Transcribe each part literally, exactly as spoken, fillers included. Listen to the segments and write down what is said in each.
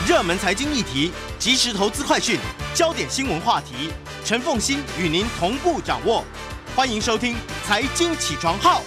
热门财经议题、即时投资快讯、焦点新闻话题，陈凤馨与您同步掌握。欢迎收听《财经起床号》。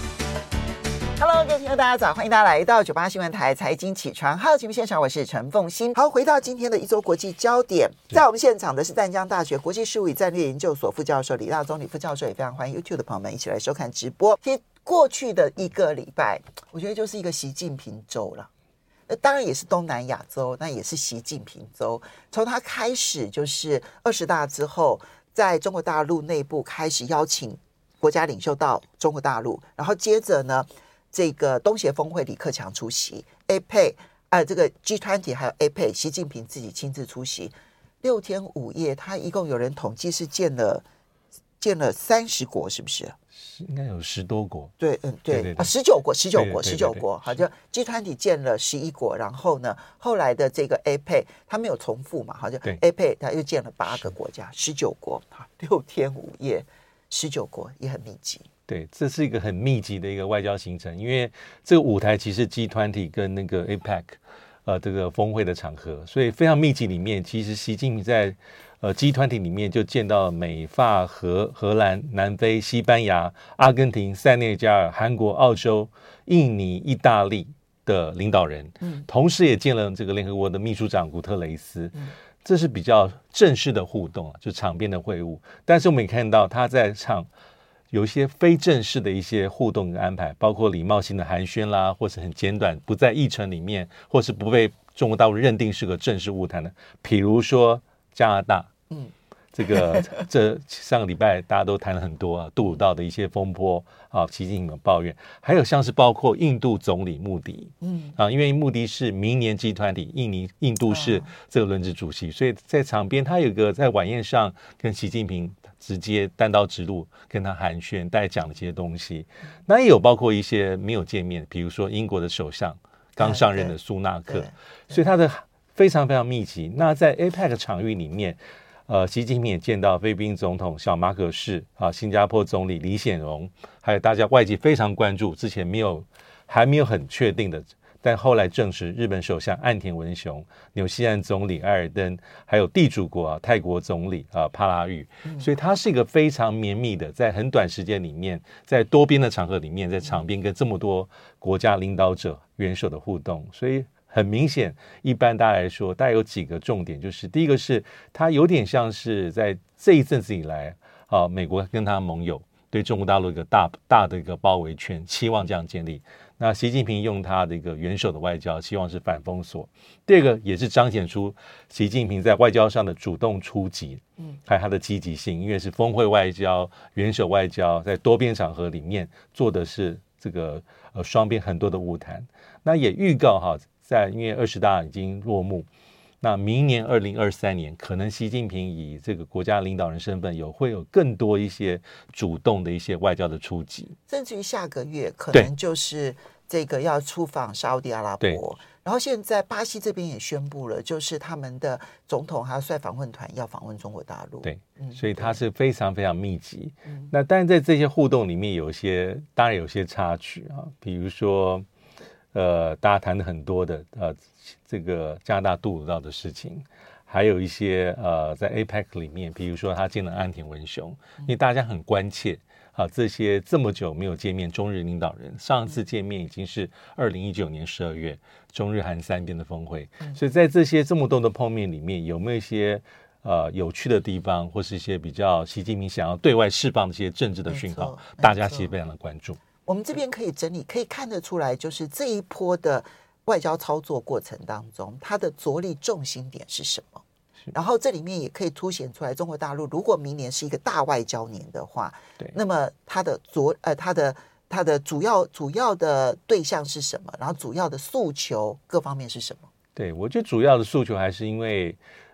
Hello， 各位听众大家早，欢迎大家来到九八新闻台财经起床号节目现场，我是陈凤馨。好，回到今天的一周国际焦点，在我们现场的是淡江大学国际事务与战略研究所副教授李大宗李副教授，也非常欢迎 YouTube 的朋友们一起来收看直播。其实过去的一个礼拜，我觉得就是一个习近平周了。当然也是东南亚州，那也是习近平州。从他开始就是二十大之后，在中国大陆内部开始邀请国家领袖到中国大陆，然后接着呢，这个东协峰会李克强出席 ，A P E C 呃这个 G 二十 还有 A P E C 习近平自己亲自出席，六天五夜，他一共有人统计是见了见了三十国，是不是？ 应该有十多国， 对，嗯，对， 对对对啊，十九国，十九国， 对对对对十九国，好，就 G 二十 见了十一国，然后呢，后来的这个 A P E C 它没有重复嘛，好，就 A P E C 它又见了八个国家，十九国，六天五夜，十九国也很密集。 对，这是一个很密集的一个外交行程，因为这个舞台其实 G 二十 跟那个 A P E C 呃这个峰会的场合，所以非常密集。里面其实习近平在呃 G 二十 里面就见到美法荷荷兰、南非、西班牙、阿根廷、塞内加尔、韩国、澳洲、印尼、意大利的领导人，嗯，同时也见了这个联合国的秘书长古特雷斯，嗯，这是比较正式的互动，就场边的会晤。但是我们也看到他在场有一些非正式的一些互动跟安排，包括礼貌性的寒暄啦，或是很简短不在议程里面，或是不被中国大陆认定是个正式晤谈的，比如说加拿大，嗯，这个这上个礼拜大家都谈了很多啊，杜鲁道的一些风波啊，习近平的抱怨，还有像是包括印度总理穆迪，嗯啊，因为穆迪是明年 G 二十，印尼印度是这个轮值主席，所以在场边他有个在晚宴上跟习近平直接单刀直入跟他寒暄，大概讲了一些东西。那也有包括一些没有见面，比如说英国的首相刚上任的苏纳克，所以他的非常非常密集。那在 A P E C 场域里面，呃，习近平也见到菲律宾总统小马可仕啊，新加坡总理李显荣，还有大家外界非常关注，之前没有还没有很确定的。但后来证实，日本首相岸田文雄、纽西兰总理埃尔登，还有地主国啊泰国总理啊帕拉育，所以它是一个非常绵密的，在很短时间里面，在多边的场合里面，在场边跟这么多国家领导者元首的互动，所以很明显，一般大家来说，大概有几个重点，就是第一个是它有点像是在这一阵子以来啊，美国跟他盟友对中国大陆一个大大的一个包围圈，期望这样建立。那习近平用他的一个元首的外交，希望是反封锁。第二个也是彰显出习近平在外交上的主动出击，嗯，还有他的积极性，因为是峰会外交、元首外交，在多边场合里面做的是这个呃双边很多的晤谈。那也预告哈，在因为二十大已经落幕，那明年二零二三年，可能习近平以这个国家领导人身份有会有更多一些主动的一些外交的出击， 甚至于下个月可能就是这个要出访沙烏地阿拉伯。然后现在巴西这边也宣布了，就是他们的总统还要率访问团要访问中国大陆。 对，嗯、所以它是非常非常密集。嗯、那但是在这些互动里面，有一些当然有些插曲啊，比如说呃，大家谈的很多的呃。这个加拿大杜鲁道的事情，还有一些呃，在 A P E C 里面，比如说他见了岸田文雄，因为大家很关切啊，这些这么久没有见面中日领导人，上次见面已经是二零一九年十二月中日韩三边的峰会，所以在这些这么多的碰面里面，有没有一些呃有趣的地方，或是一些比较习近平想要对外释放的一些政治的讯号，大家其实非常的关注。 我们这边可以整理，可以看得出来，就是这一波的外交操作过程当中，它的着力重心点是什么？然后这里面也可以凸显出来，中国大陆如果明年是一个大外交年的话，对，那么它的着呃它的它的主要主要的对象是什么？然后主要的诉求各方面是什么？ 对，我觉得主要的诉求还是因为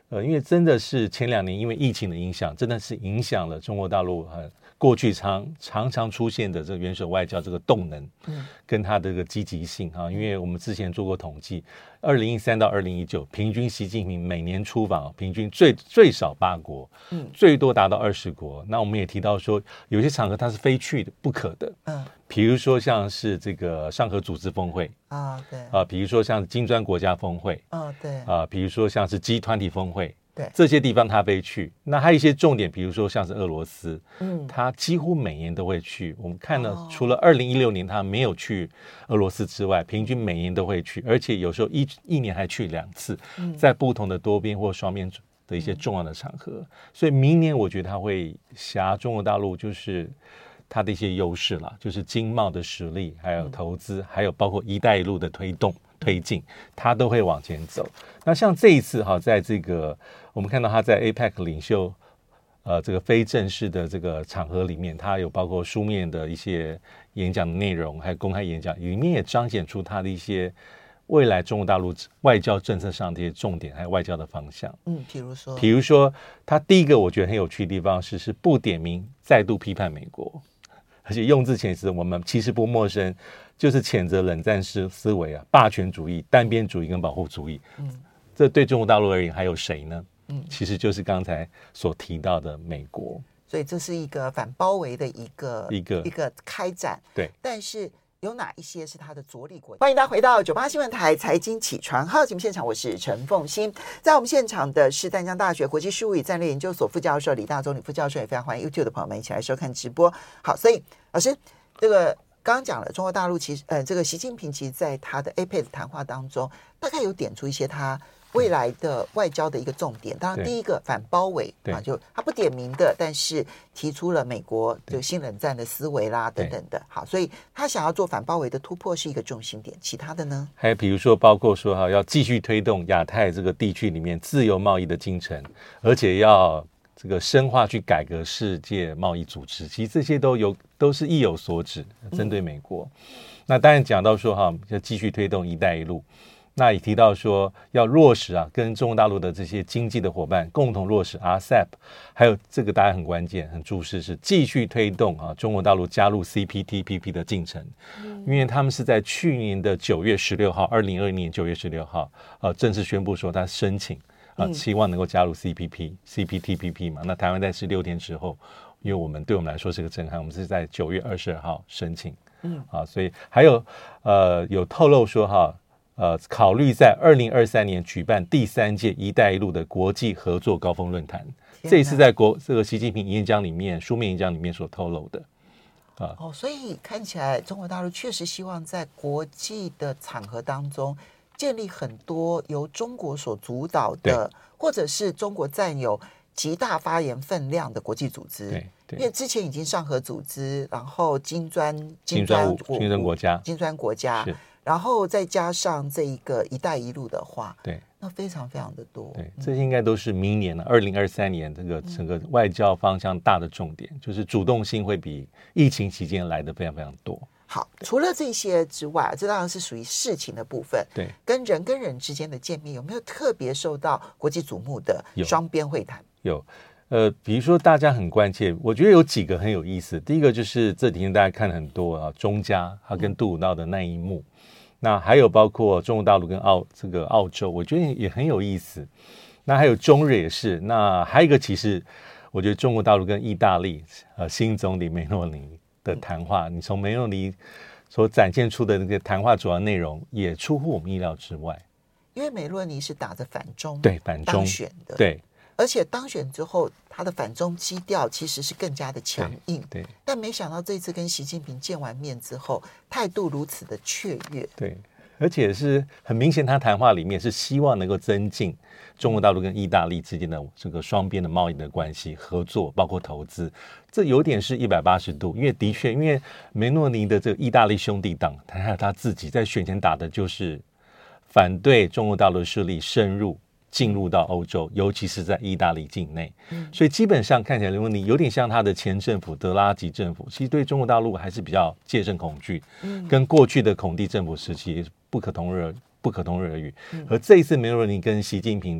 呃，因为真的是前两年因为疫情的影响，真的是影响了中国大陆呃过去常常常出现的这个元首外交这个动能，嗯，跟它的这个积极性哈、啊。因为我们之前做过统计，二零一三到二零一九，平均习近平每年出访，平均最最少八国，嗯，最多达到二十国。那我们也提到说，有些场合它是非去的不可的，嗯，比如说像是这个上合组织峰会啊，对啊，比如说像金砖国家峰会， 哦，对啊，比如说像是 G 二十 峰会。 对这些地方他非去，那还有一些重点，比如说像是俄罗斯，嗯，他几乎每年都会去。我们看了，哦、除了二零一六年他没有去俄罗斯之外，平均每年都会去，而且有时候一一年还去两次，嗯、在不同的多边或双边的一些重要的场合。嗯、所以明年我觉得他会挟中国大陆就是他的一些优势啦，就是经贸的实力，还有投资，嗯、还有包括“一带一路”的推动。推进，他都会往前走。那像这一次哈，在这个我们看到他在 A P E C 领袖呃这个非正式的这个场合里面，他有包括书面的一些演讲的内容，还有公开演讲，里面也彰显出他的一些未来中国大陆外交政策上的一些重点，还有外交的方向。 嗯，比如说， 比如说，他第一个我觉得很有趣的地方是，是不点名再度批判美国，而且用字遣词我们其实不陌生。就是谴责冷战思思维啊，霸权主义、单边主义跟保护主义。嗯，这对中国大陆而言还有谁呢？嗯，其实就是刚才所提到的美国。 所以这是一个反包围的一个一个一个开展。 对， 但是有哪一些是它的着力国家？欢迎大家回到九八新闻台财经起床号节目现场，我是陈凤馨。在我们现场的是淡江大学国际事务与战略研究所副教授李大中李副教授，也非常欢迎 YouTube 的朋友们一起来收看直播。好，所以老师这个。刚刚讲了，中国大陆其实，呃，这个习近平其实在他的 A P E C 谈话当中，大概有点出一些他未来的外交的一个重点。当然，第一个反包围啊，就他不点名的，但是提出了美国就新冷战的思维啦等等的。好，所以他想要做反包围的突破是一个重心点。其他的呢？ 还有比如说，包括说哈，要继续推动亚太这个地区里面自由贸易的进程，而且要。这个深化去改革世界贸易组织，其实这些都有都是意有所指，针对美国。嗯、那当然讲到说哈，要继续推动“一带一路”，那也提到说要落实啊，跟中国大陆的这些经济的伙伴共同落实 R C E P， 还有这个大家很关键、很注视是继续推动啊中国大陆加入 C P T P P 的进程，嗯、因为他们是在去年的九月十六号，二零二一年九月十六号，呃，正式宣布说他申请。啊，期望能够加入 C P P、C P T P P 嘛？那台湾在十六天之后，因为我们对我们来说是个震撼，我们是在九月二十二号申请，嗯，啊，所以还有呃有透露说哈，呃，考虑在二零二三年举办第三届“一带一路”的国际合作高峰论坛，这一次在国这个习近平演讲里面书面演讲里面所透露的。 啊，哦，所以看起来中国大陆确实希望在国际的场合当中。建立很多由中国所主导的，或者是中国占有极大发言分量的国际组织。对，对因为之前已经上合组织，然后金砖、 金砖、金砖国家、 金砖国家，然后再加上这一个“一带一路”的话， 对， 那非常非常的多。 对，这应该都是明年了，二零二三年这个整个外交方向大的重点，嗯、就是主动性会比疫情期间来的非常非常多。 好，除了这些之外，这当然是属于事情的部分。 对， 跟人跟人之间的见面，有没有特别受到国际瞩目的双边会谈？ 有，呃，比如说大家很关切，我觉得有几个很有意思。第一个就是这几天大家看很多啊，中加他跟杜鲁道的那一幕，嗯、那还有包括中国大陆跟澳这个澳洲，我觉得也很有意思。那还有中日也是。那还有一个，其实我觉得中国大陆跟意大利呃新总理梅洛尼。的谈话，你从梅洛尼所展现出的那个谈话主要内容，也出乎我们意料之外。 因为梅洛尼是打着反中对反中当选的， 对， 而且当选之后，他的反中基调其实是更加的强硬。 对，对但没想到这次跟习近平见完面之后，态度如此的雀跃。 对，而且是很明显，他谈话里面是希望能够增进中国大陆跟意大利之间的这个双边的贸易的关系合作，包括投资，这有点是一百八十度。因为的确，因为梅诺尼的这个意大利兄弟党，还有他自己在选前打的就是反对中国大陆势力深入进入到欧洲，尤其是在意大利境内。嗯、所以基本上看起来，梅诺尼有点像他的前政府德拉吉政府，其实对中国大陆还是比较戒慎恐惧，嗯、跟过去的孔蒂政府时期不可同日而不可同日而语。嗯、而这一次梅洛尼跟习近平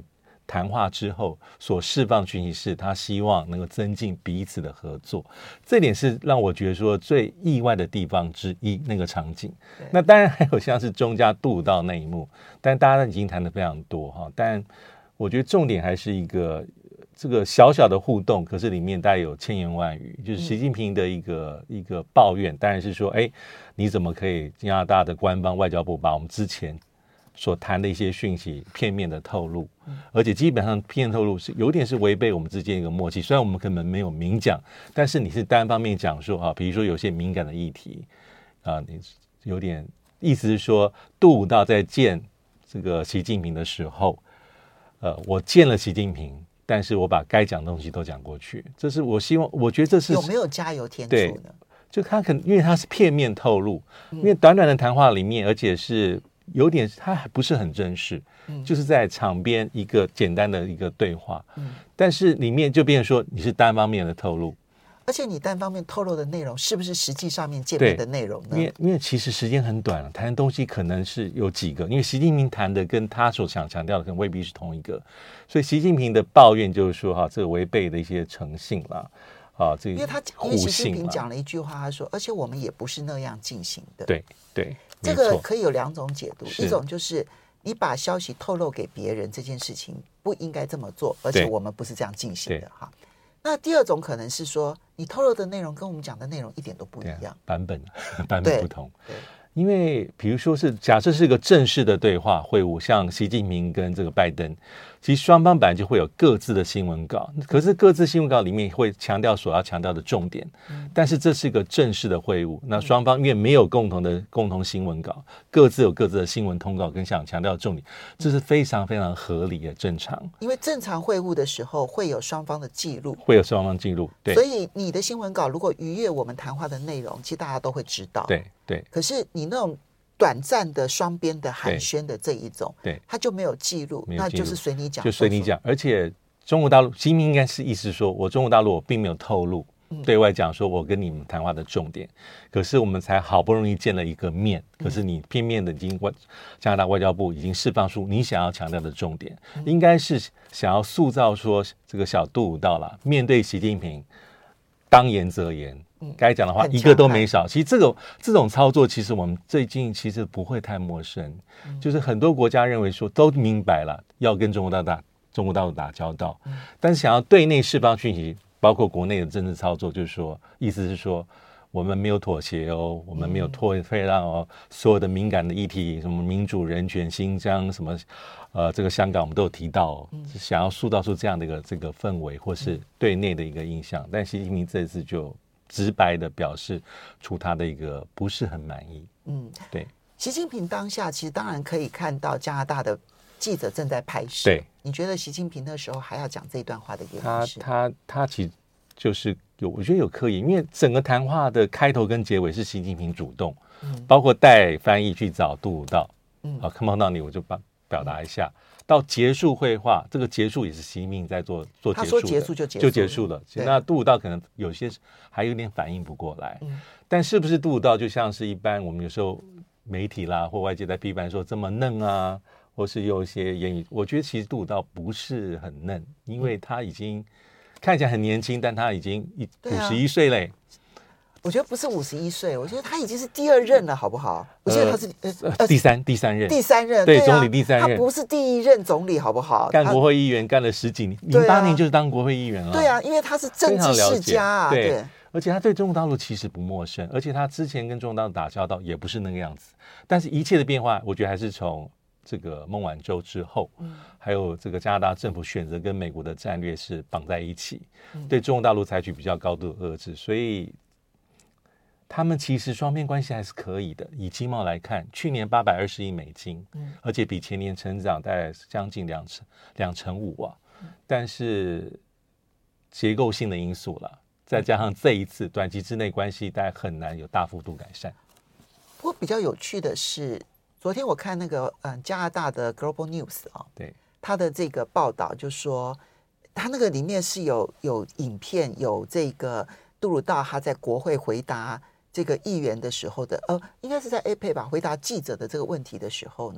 谈话之后所释放讯息是，他希望能够增进彼此的合作，这点是让我觉得说最意外的地方之一。那个场景，那当然还有像是钟家渡到那一幕，但大家已经谈得非常多哈。但我觉得重点还是一个这个小小的互动，可是里面带有千言万语，就是习近平的一个、嗯、一个抱怨，当然是说，哎，你怎么可以加拿大的官方外交部把我们之前所谈的一些讯息片面的透露，嗯、而且基本上片面透露是有点是违背我们之间一个默契。虽然我们可能没有明讲，但是你是单方面讲说啊，比如说有些敏感的议题啊，你有点意思是说，杜武道在见这个习近平的时候，呃，我见了习近平。但是我把该讲的东西都讲过去，这是我希望，我觉得这是有没有加油添醋呢？ 就他可能因为他是片面透露，嗯、因为短短的谈话里面，而且是有点他还不是很正式，嗯、就是在场边一个简单的一个对话，嗯、但是里面就变成说你是单方面的透露。 而且你单方面透露的内容是不是实际上面见面的内容呢？ 因为因为其实时间很短了，谈的东西可能是有几个，因为习近平谈的跟他所想强调的可能未必是同一个，所以习近平的抱怨就是说哈，这个违背的一些诚信啦，啊，这个因为他因为习近平讲了一句话，他说，而且我们也不是那样进行的。 对对， 这个可以有两种解读，一种就是你把消息透露给别人这件事情不应该这么做，而且我们不是这样进行的哈。那第二种可能是说，你透露的内容跟我们讲的内容一点都不一样，啊、 版本版本不同。因为比如说是假设是一个正式的对话会晤，像习近平跟这个拜登，其实双方本来就会有各自的新闻稿，可是各自新闻稿里面会强调所要强调的重点，嗯、但是这是一个正式的会晤，那双方因为没有共同的共同新闻稿，各自有各自的新闻通告跟想强调的重点，这是非常非常合理的正常。 因为正常会晤的时候会有双方的记录， 会有双方记录，对， 所以你的新闻稿如果逾越我们谈话的内容，其实大家都会知道， 对对。 可是你那种短暂的双边的寒暄的这一种， 对， 他就没有记录，那就是随你讲， 就随你讲。而且中国大陆，习近平应该是意思说，我中国大陆我并没有透露，嗯、对外讲说我跟你们谈话的重点，可是我们才好不容易见了一个面，可是你片面的已经加拿大外交部已经释放出你想要强调的重点，嗯、应该是想要塑造说这个小杜武道啦，面对习近平当言则言。该讲的话一个都没少。其实这种这种操作，其实我们最近其实不会太陌生。嗯、就是很多国家认为说都明白了要跟中国大陆打中国大陆打交道，嗯、但是想要对内释放讯息，包括国内的政治操作，就是说意思是说我们没有妥协哦，我们没有退退让哦，所有的敏感的议题，什么民主、人权、新疆什么。呃，这个香港我们都有提到、哦，嗯、想要塑造出这样的一个这个氛围，或是对内的一个印象。但习近平这次就直白的表示出他的一个不是很满意。嗯，对。 习近平当下其实当然可以看到加拿大的记者正在拍摄。 对， 你觉得习近平那时候还要讲这段话的原因是？ 他他他其实就是有，我觉得有刻意，因为整个谈话的开头跟结尾是习近平主动，嗯、包括带翻译去找杜武道，嗯，好，看不到你我就把。表达一下，到结束会话，这个结束也是习近平在做做结束的，他说结束就结束就结束了。那杜武道可能有些还有点反应不过来，嗯、但是不是杜武道就像是一般我们有时候媒体啦或外界在批判说这么嫩啊，或是有一些言语，我觉得其实杜武道不是很嫩，因为他已经看起来很年轻，但他已经五十一岁嘞。 我觉得不是五十一岁，我觉得他已经是第二任了，好不好？我记得他是、 呃呃、第三第三任， 第三任对、 啊、 总理第三任， 他不是第一任总理，好不好？ 干国会议员干了十几年，零八、啊、年就是当国会议员了。 对啊，因为他是政治世家啊， 对。 对， 而且他对中国大陆其实不陌生，而且他之前跟中国大陆打交道也不是那个样子。但是一切的变化，我觉得还是从这个孟晚舟之后，嗯、还有这个加拿大政府选择跟美国的战略是绑在一起，嗯、对中国大陆采取比较高度的遏制，所以。他们其实双边关系还是可以的。以经贸来看，去年八百二十亿美金，嗯、而且比前年成长大概将近两成两成五啊。嗯、但是结构性的因素啦，再加上这一次短期之内关系，大概很难有大幅度改善。 不过比较有趣的是，昨天我看那个嗯加拿大的 Global News 啊， 对他的这个报道就说，他那个里面是有有影片，有这个杜鲁道他在国会回答。这个议员的时候的，呃，应该是在 A P E C 吧，回答记者的这个问题的时候呢，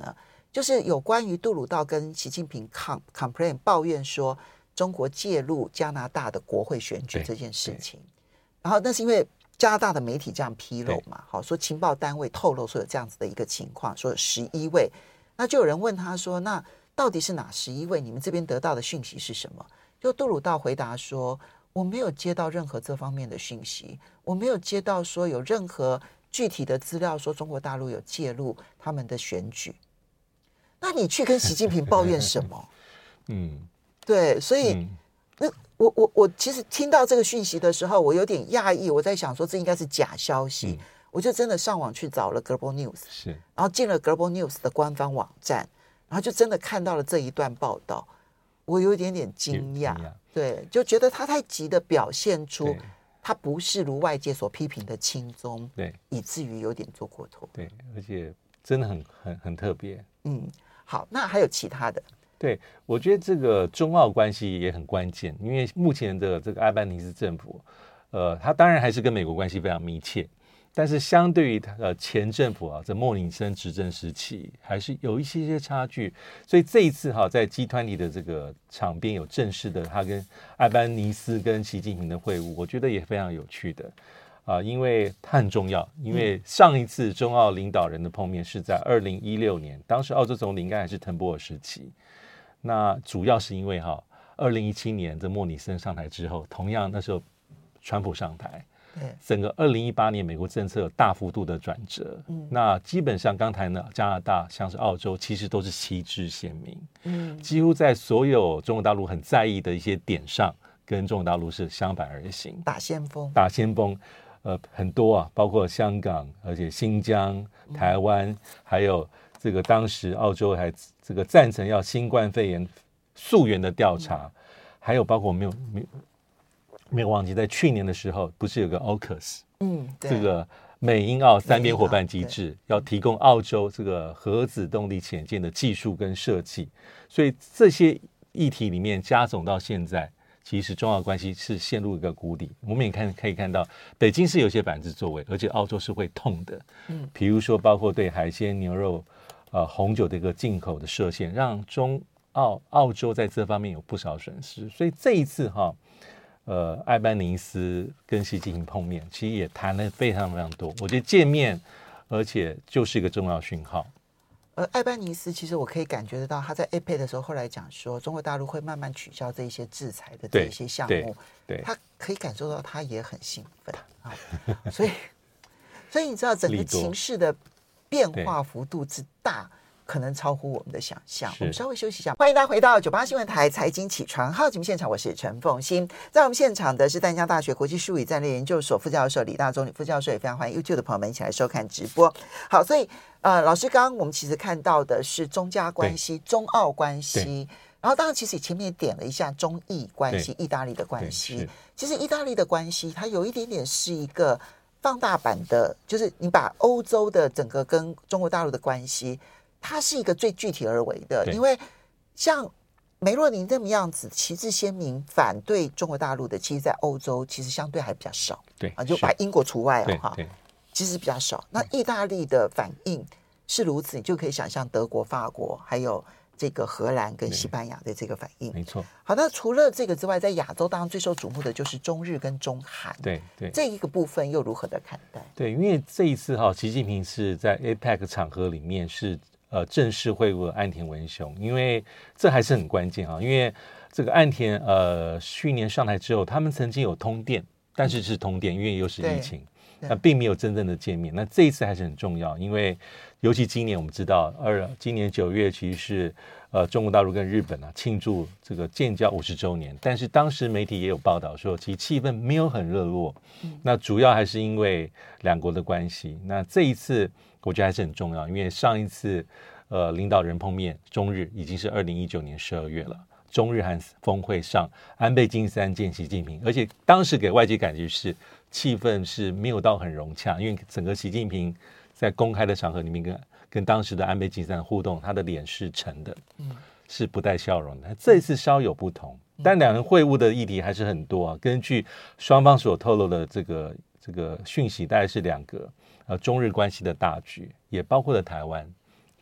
就是有关于杜鲁道跟习近平 complain 抱怨说中国介入加拿大的国会选举这件事情，然后那是因为加拿大的媒体这样披露嘛，好说情报单位透露说有这样子的一个情况，说有十一位，那就有人问他说，那到底是哪十一位？你们这边得到的讯息是什么？就杜鲁道回答说，我没有接到任何这方面的讯息，我没有接到说有任何具体的资料说中国大陆有介入他们的选举。那你去跟习近平抱怨什么？嗯，对，所以、嗯、那我我我其实听到这个讯息的时候，我有点讶异，我在想说这应该是假消息，嗯、我就真的上网去找了 Global News， 是，然后进了 Global News 的官方网站，然后就真的看到了这一段报道，我有一点点惊讶，对，就觉得他太急的表现出他不是如外界所批评的亲中，对，以至于有点做过头， 对，而且真的很很很特别， 嗯。好，那还有其他的？ 对，我觉得这个中澳关系也很关键，因为目前的这个艾班尼斯政府，呃，他当然还是跟美国关系非常密切，但是相对于呃前政府啊，在莫里森执政时期，还是有一些些差距。所以这一次哈、啊，在集团里的这个场边有正式的他跟艾班尼斯跟习近平的会晤，我觉得也非常有趣的。啊，因为它很重要，因为上一次中澳领导人的碰面是在二零一六年，当时澳洲总理应该还是滕波尔时期。那主要是因为哈，二零一七年这莫里森上台之后，同样那时候川普上台，整个二零一八年美国政策有大幅度的转折。嗯，那基本上刚才呢，加拿大像是澳洲，其实都是旗帜鲜明。嗯，几乎在所有中国大陆很在意的一些点上，跟中国大陆是相反而行， 打先锋， 打先锋。呃，很多啊，包括香港，而且新疆、台湾，嗯、还有这个当时澳洲还这个赞成要新冠肺炎溯源的调查，嗯、还有包括没有没有没有忘记，在去年的时候，不是有个 A U K U S， 嗯，这个美英澳三边伙伴机制，要提供澳洲这个核子动力潜舰的技术跟设计，所以这些议题里面加总到现在。其实中澳关系是陷入一个谷底，我们也看可以看到，北京是有些反制作为，而且澳洲是会痛的。嗯，比如说包括对海鲜、牛肉、呃红酒的一个进口的设限，让中澳澳洲在这方面有不少损失。所以这一次哈，呃，艾班尼斯跟习近平碰面，其实也谈了非常非常多。我觉得见面，而且就是一个重要讯号。 而艾班尼斯其实我可以感觉得到，他在 A P E C 的时候后来讲说，中国大陆会慢慢取消这一些制裁的这一些项目，对，对他可以感受到他也很兴奋啊，所以，所以你知道整个情势的变化幅度之大，可能超乎我们的想象。我们稍微休息一下，欢迎大家回到九八新闻台财经起床号节目现场，我是陈凤馨，在我们现场的是淡江大学国际术语战略研究所副教授李大中李副教授，也非常欢迎 YouTube 的朋友们一起来收看直播。好，所以。呃，老师，刚刚我们其实看到的是中加关系、中澳关系，然后当然其实前面也点了一下中意关系、意大利的关系。其实意大利的关系，它有一点点是一个放大版的，就是你把欧洲的整个跟中国大陆的关系，它是一个最具体而为的。因为像梅洛尼这么样子旗帜鲜明反对中国大陆的，其实在欧洲其实相对还比较少。对啊，就把英国除外哦哈。其实比较少。那意大利的反应是如此，你就可以想象德国、法国还有这个荷兰跟西班牙的这个反应。没错。好，那除了这个之外，在亚洲当然最受瞩目的就是中日跟中韩。对对，这一个部分又如何的看待？ 对，因为这一次哈，习近平是在 A P E C 场合里面是呃正式会晤岸田文雄，因为这还是很关键哈，因为这个岸田呃去年上台之后，他们曾经有通电，但是是通电，因为又是疫情。那并没有真正的见面，那这一次还是很重要，因为尤其今年我们知道，二今年九月其实是呃中国大陆跟日本啊庆祝这个建交五十周年，但是当时媒体也有报道说，其实气氛没有很热络，嗯、那主要还是因为两国的关系。那这一次我觉得还是很重要，因为上一次呃领导人碰面，中日已经是二零一九年十二月了。中日韩峰会上，安倍晋三见习近平，而且当时给外界感觉是气氛是没有到很融洽，因为整个习近平在公开的场合里面跟跟当时的安倍晋三互动，他的脸是沉的，嗯，是不带笑容的。这一次稍有不同，但两人会晤的议题还是很多啊。根据双方所透露的这个这个讯息，大概是两个呃中日关系的大局，也包括了台湾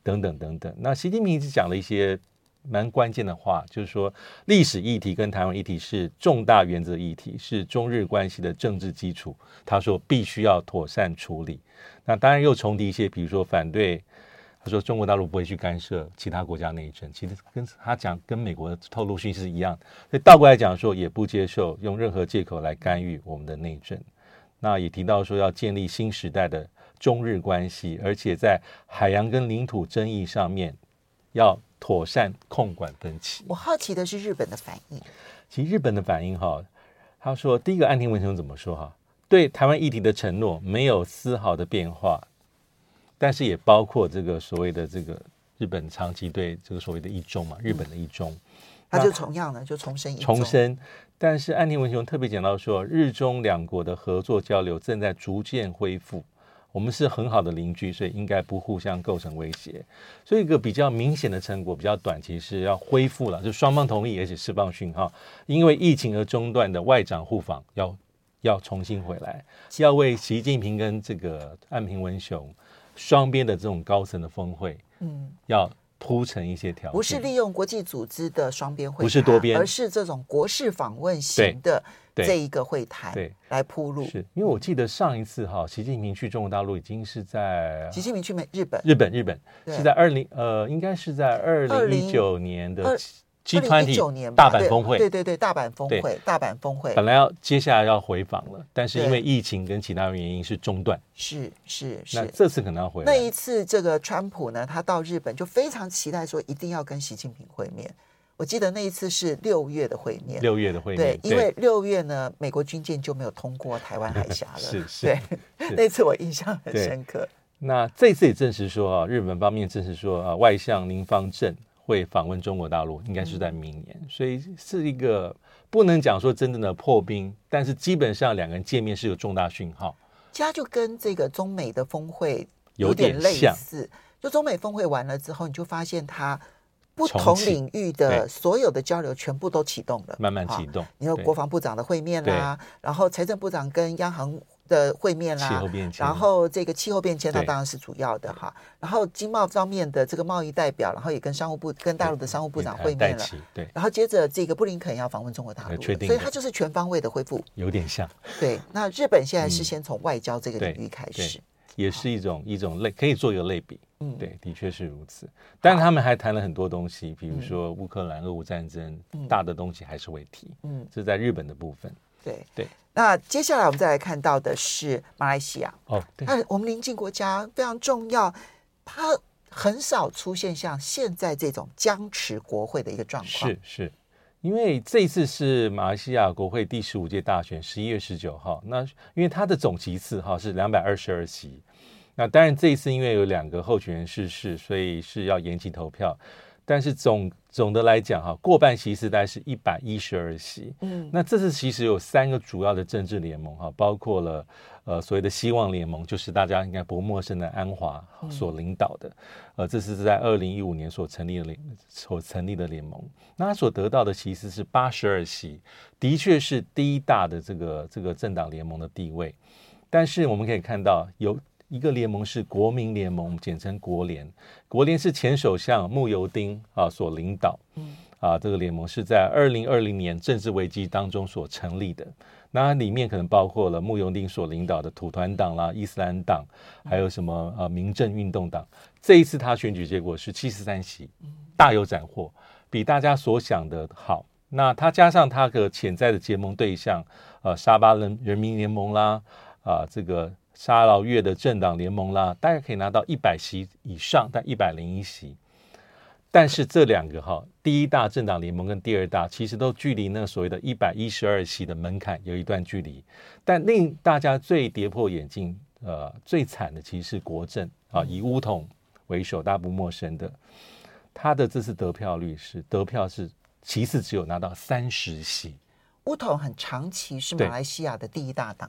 等等等等。那习近平一直讲了一些蛮关键的话，就是说历史议题跟台湾议题是重大原则议题，是中日关系的政治基础。他说必须要妥善处理。那当然又重提一些，比如说反对，他说中国大陆不会去干涉其他国家内政，其实跟他讲跟美国的透露讯息是一样，所以倒过来讲说也不接受用任何借口来干预我们的内政。那也提到说要建立新时代的中日关系，而且在海洋跟领土争议上面要妥善控管分歧。 我好奇的是日本的反应。 其实日本的反应哈，他说第一个岸田文雄怎么说哈？对台湾议题的承诺没有丝毫的变化，但是也包括这个所谓的这个日本长期对这个所谓的一中嘛，日本的一中， 他就同样的就重申一中重申。但是岸田文雄特别讲到说，日中两国的合作交流正在逐渐恢复。我们是很好的邻居，所以应该不互相构成威胁。所以一个比较明显的成果，比较短期是要恢复了，就双方同意而且释放讯号，因为疫情而中断的外长互访要要重新回来，要为习近平跟这个岸田文雄双边的这种高层的峰会，嗯，要铺成一些条件， 不是利用国际组织的双边会谈， 不是多边， 而是这种国事访问型的这一个会谈， 对， 来铺路。 是因为我记得上一次哈，习近平去中国大陆已经是在习近平去美日本， 日本日本是在二零呃，应该是在二零一九年的 G 二十 大阪峰会， 对对对，大阪峰会，大阪峰会本来要接下来要回访了，但是因为疫情跟其他原因是中断。 是是是， 那这次可能要回来。 那一次这个川普呢，他到日本就非常期待说一定要跟习近平会面。我记得那一次是六月的会面， 六月的会面， 对，因为六月呢，美国军舰就没有通过台湾海峡了。 是是， 对，那次我印象很深刻。 那这次也证实说啊，日本方面证实说啊，外相林芳正会访问中国大陆，应该是在明年，嗯、所以是一个不能讲说真正的破冰，但是基本上两个人见面是有重大讯号。 其实它就跟这个中美的峰会有点类似，就中美峰会完了之后，你就发现它不同领域的所有的交流全部都启动了， 慢慢启动。 你有国防部长的会面啦，然后财政部长跟央行的会面啦， 气候变迁， 然后这个气候变迁它当然是主要的哈，然后经贸方面的这个贸易代表，然后也跟商务部跟大陆的商务部长会面了， 对， 然后接着这个布林肯要访问中国大陆，所以它就是全方位的恢复， 有点像。 对，那日本现在是先从外交这个领域开始， 也是一种一种类，可以做一个类比。嗯，对，的确是如此。但是他们还谈了很多东西，比如说乌克兰、俄乌战争，大的东西还是会提。嗯，这是在日本的部分。 对对。 那接下来我们再来看到的是马来西亚。 哦，对。 那我们邻近国家非常重要，它很少出现像现在这种僵持国会的一个状况。 是是。因为这一次是马来西亚国会第十五届大选，十一月十九号。那因为它的总席次哈是两百二十二席，那当然这一次因为有两个候选人逝世，所以是要延期投票。但是总总的来讲哈，过半席次大概是一百一十二席。嗯，那这次其实有三个主要的政治联盟哈，包括了呃所谓的希望联盟，就是大家应该不陌生的安华所领导的，呃，这是在二零一五年所成立的联所成立的联盟。那他所得到的其实是八十二席，的确是第一大的这个这个政党联盟的地位。但是我们可以看到有一个联盟是国民联盟，简称国联。国联是前首相慕尤丁啊所领导，嗯啊，这个联盟是在二零二零年政治危机当中所成立的。那里面可能包括了慕尤丁所领导的土团党啦、伊斯兰党，还有什么呃民政运动党。这一次他选举结果是七十三席，大有斩获，比大家所想的好。那他加上他的潜在的结盟对象，呃，沙巴人人民联盟啦，啊、呃，这个。沙劳越的政党联盟啦，大概可以拿到一百席以上，但一百零一席。但是这两个哈，第一大政党联盟跟第二大，其实都距离那所谓的一百一十二席的门槛有一段距离。但令大家最跌破眼镜、呃，最惨的其实是国政啊，以巫统为首，大家不陌生的，他的这次得票率是得票是其次只有拿到三十席。 巫统很长期是马来西亚的第一大党， 对，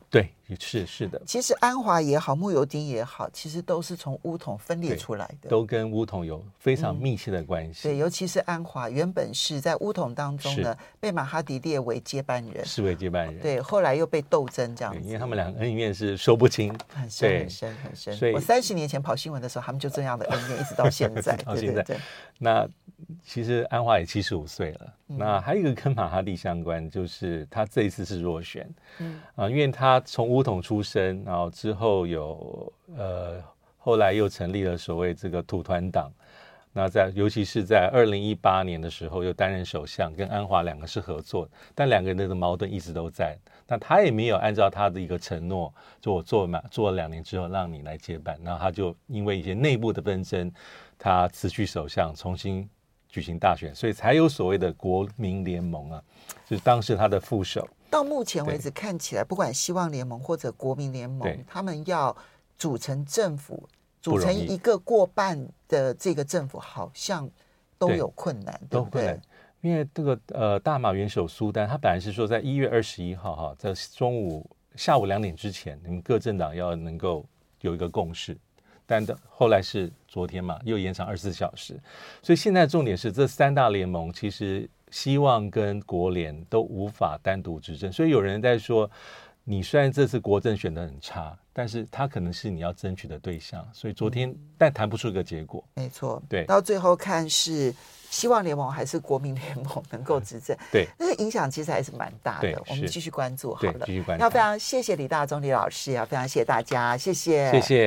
是是的。 其实安华也好，慕尤丁也好，其实都是从巫统分裂出来的， 都跟巫统有非常密切的关系。 嗯、对，尤其是安华原本是在巫统当中呢，被马哈迪列为接班人， 视为接班人。 对，后来又被斗争这样子， 因为他们两个恩怨是说不清， 很深很深很深。所以我三十年前跑新闻的时候，他们就这样的恩怨，一直到现在。 到现在， 对对对。 那其实安华也七十五岁了。嗯、那还有一个跟马哈蒂相关，就是他这一次是落选。嗯啊，因为他从巫统出身，然后之后有呃，后来又成立了所谓这个土团党。那在尤其是在二零一八年的时候，又担任首相，跟安华两个是合作，但两个人的矛盾一直都在。那他也没有按照他的一个承诺，就我做嘛，做了两年之后让你来接班，然后他就因为一些内部的纷争，他辞去首相，重新举行大选，所以才有所谓的国民联盟啊，就是当时他的副手。 到目前为止看起来，不管希望联盟或者国民联盟，他们要组成政府，组成一个过半的这个政府，好像都有困难，对不对？ 因为这个呃，大马元首苏丹，他本来是说在一月二十一号哈，在中午下午两点之前，你们各政党要能够有一个共识，但的后来是昨天嘛，又延长二十四小时，所以现在重点是这三大联盟其实希望跟国联都无法单独执政，所以有人在说，你虽然这次国政选得很差，但是他可能是你要争取的对象，所以昨天、嗯、但谈不出一个结果。 没错， 对， 到最后看是希望联盟还是国民联盟能够执政， 对， 那个影响其实还是蛮大的。我们继续关注好了。 继续关注。 要非常谢谢李大中李老师，要非常谢谢大家，谢谢， 谢谢。